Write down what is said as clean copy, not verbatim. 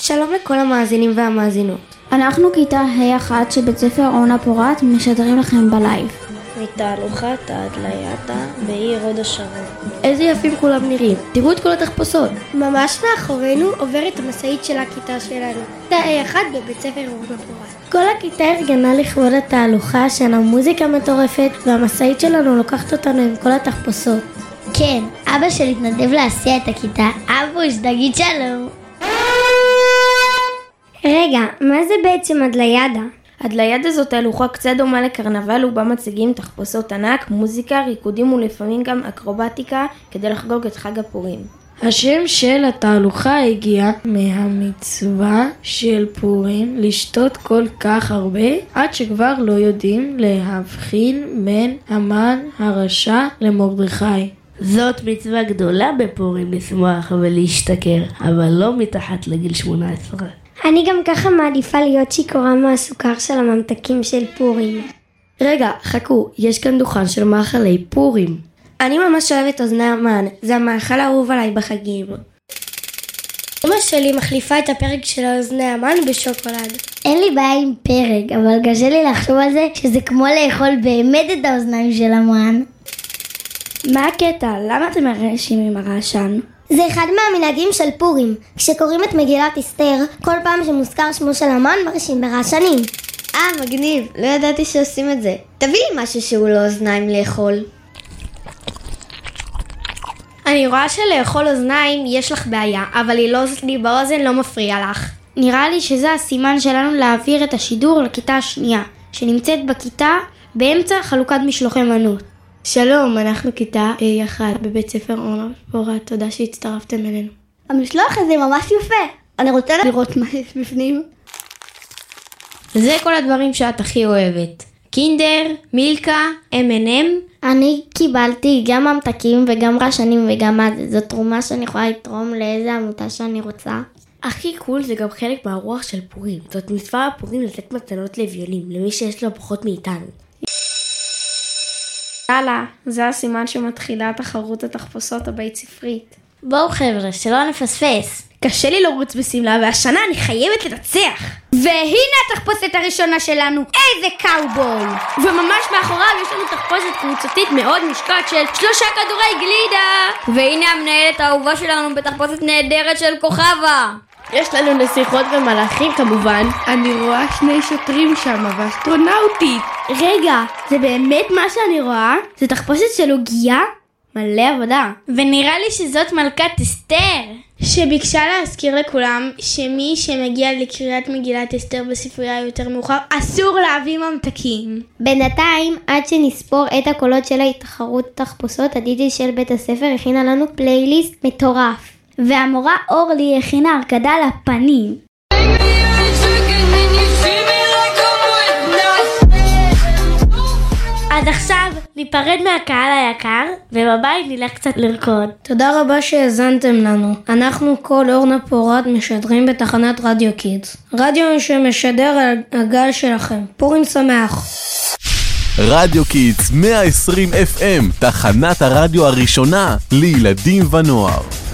שלום לכל המאזינים והמאזינות. אנחנו כיתה ה'1 שבית ספר אורנה פורת משדרים לכם בלייב. מתהלוכת ההדלייתה בעיר הוד השרון. איזה יפים כולם נראים, תראו את כל התחפושות. ממש מאחורינו עוברת המשאית של הכיתה שלנו, כיתה ה'1 בבית ספר אורנה פורת. כל הכיתה ארגנה לכבוד התהלוכה של המוזיקה מטורפת, והמשאית שלנו לוקחת אותנו עם כל התחפושות. כן, אבא שלי התנדב להסיע את הכיתה. אבוש, תגיד שלום. רגע, מה זה בעצם הדליידה? הדליידה זאת תהלוכה קצת דומה לקרנבל ובה מציגים תחפושות ענק, מוזיקה, ריקודים ולפעמים גם אקרובטיקה כדי לחגוג את חג הפורים. השם של התהלוכה הגיע מהמצווה של פורים לשתות כל כך הרבה עד שכבר לא יודעים להבחין בין המן הרשע למרדכי. זאת מצווה גדולה בפורים לשמוח ולהשתכר, אבל לא מתחת לגיל 18. אני גם ככה מעדיפה להיות שיכורה מהסוכר של הממתקים של פורים. רגע, חכו, יש כאן דוכן של מאכלי פורים. אני ממש אוהבת אוזני המן, זה המאכל האהוב עליי בחגים. אמא שלי מחליפה את הפרק של אוזני המן בשוקולד. אין לי בעיה עם פרק, אבל קשה לי לחשוב על זה שזה כמו לאכול באמת את האוזניים של המן. מה הקטע? למה אתם מרעשים עם הרעשן? זה אחד מהמנהגים של פורים. כשקוראים את מגילת אסתר, כל פעם שמוזכר שמו של המן מרשים ברעשנים. מגניב, לא ידעתי שעושים את זה. תביא לי משהו שהוא לא אוזניים לאכול. אני רואה שלאכול אוזניים יש לך בעיה, אבל ללעוס לי באוזן לא מפריע לך. נראה לי שזה הסימן שלנו להעביר את השידור לכיתה השנייה, שנמצאת בכיתה באמצע חלוקת משלוחי מנות. שלום, אנחנו כיתה ה'1 בבית ספר אורנה פורת, תודה שהצטרפתם אלינו. המשלוח הזה ממש יפה, אני רוצה לראות מה יש בפנים. זה כל הדברים שאת הכי אוהבת. קינדר, מילקה, M&M. אני קיבלתי גם ממתקים וגם רעשנים וגם זאת תרומה שאני יכולה לתרום לאיזה עמותה שאני רוצה. הכי קול זה גם חלק מהרוח של פורים. זאת מצווה הפורים לתת מתנות לאביונים, למי שיש לו פחות מאיתנו. יאללה, זה הסימן שמתחילה תחרות התחפושות הבית ספרית. בואו חבר'ה, שלא נפספס. קשה לי לרוץ בסמלה והשנה אני חייבת לנצח. והנה התחפושת הראשונה שלנו, איזה קאובוי! וממש מאחוריו יש לנו תחפושת קבוצתית מאוד מושקעת של 3 כדורי גלידה. והנה המנהלת האהובה שלנו בתחפושת נהדרת של כוכבה. יש לנו נסיכות ומלאכים כמובן. אני רואה 2 שוטרים שם ואסטרונאוטית. רגע, זה באמת מה שאני רואה? זה תחפושת של עוגיה? מלא עבודה. ונראה לי שזאת מלכת אסתר, שביקשה להזכיר לכולם שמי שמגיע לקריאת מגילת אסתר בספרייה יותר מאוחר אסור להביא ממתקים. בינתיים, עד שנספור את הקולות של התחרות תחפושות, הדידי של בית הספר הכינה לנו פלייליסט מטורף. והמורה אורלי הכינה הרקדה לפנים. אז עכשיו ניפרד מהקהל היקר, ובבית נלך קצת לרקוד. תודה רבה שהאזנתם לנו. אנחנו כל אורנה פורת משדרים בתחנת רדיו קידס. רדיו שמשדר על הגל שלכם. פורים שמח. רדיו קידס 120 FM, תחנת הרדיו הראשונה לילדים ונוער.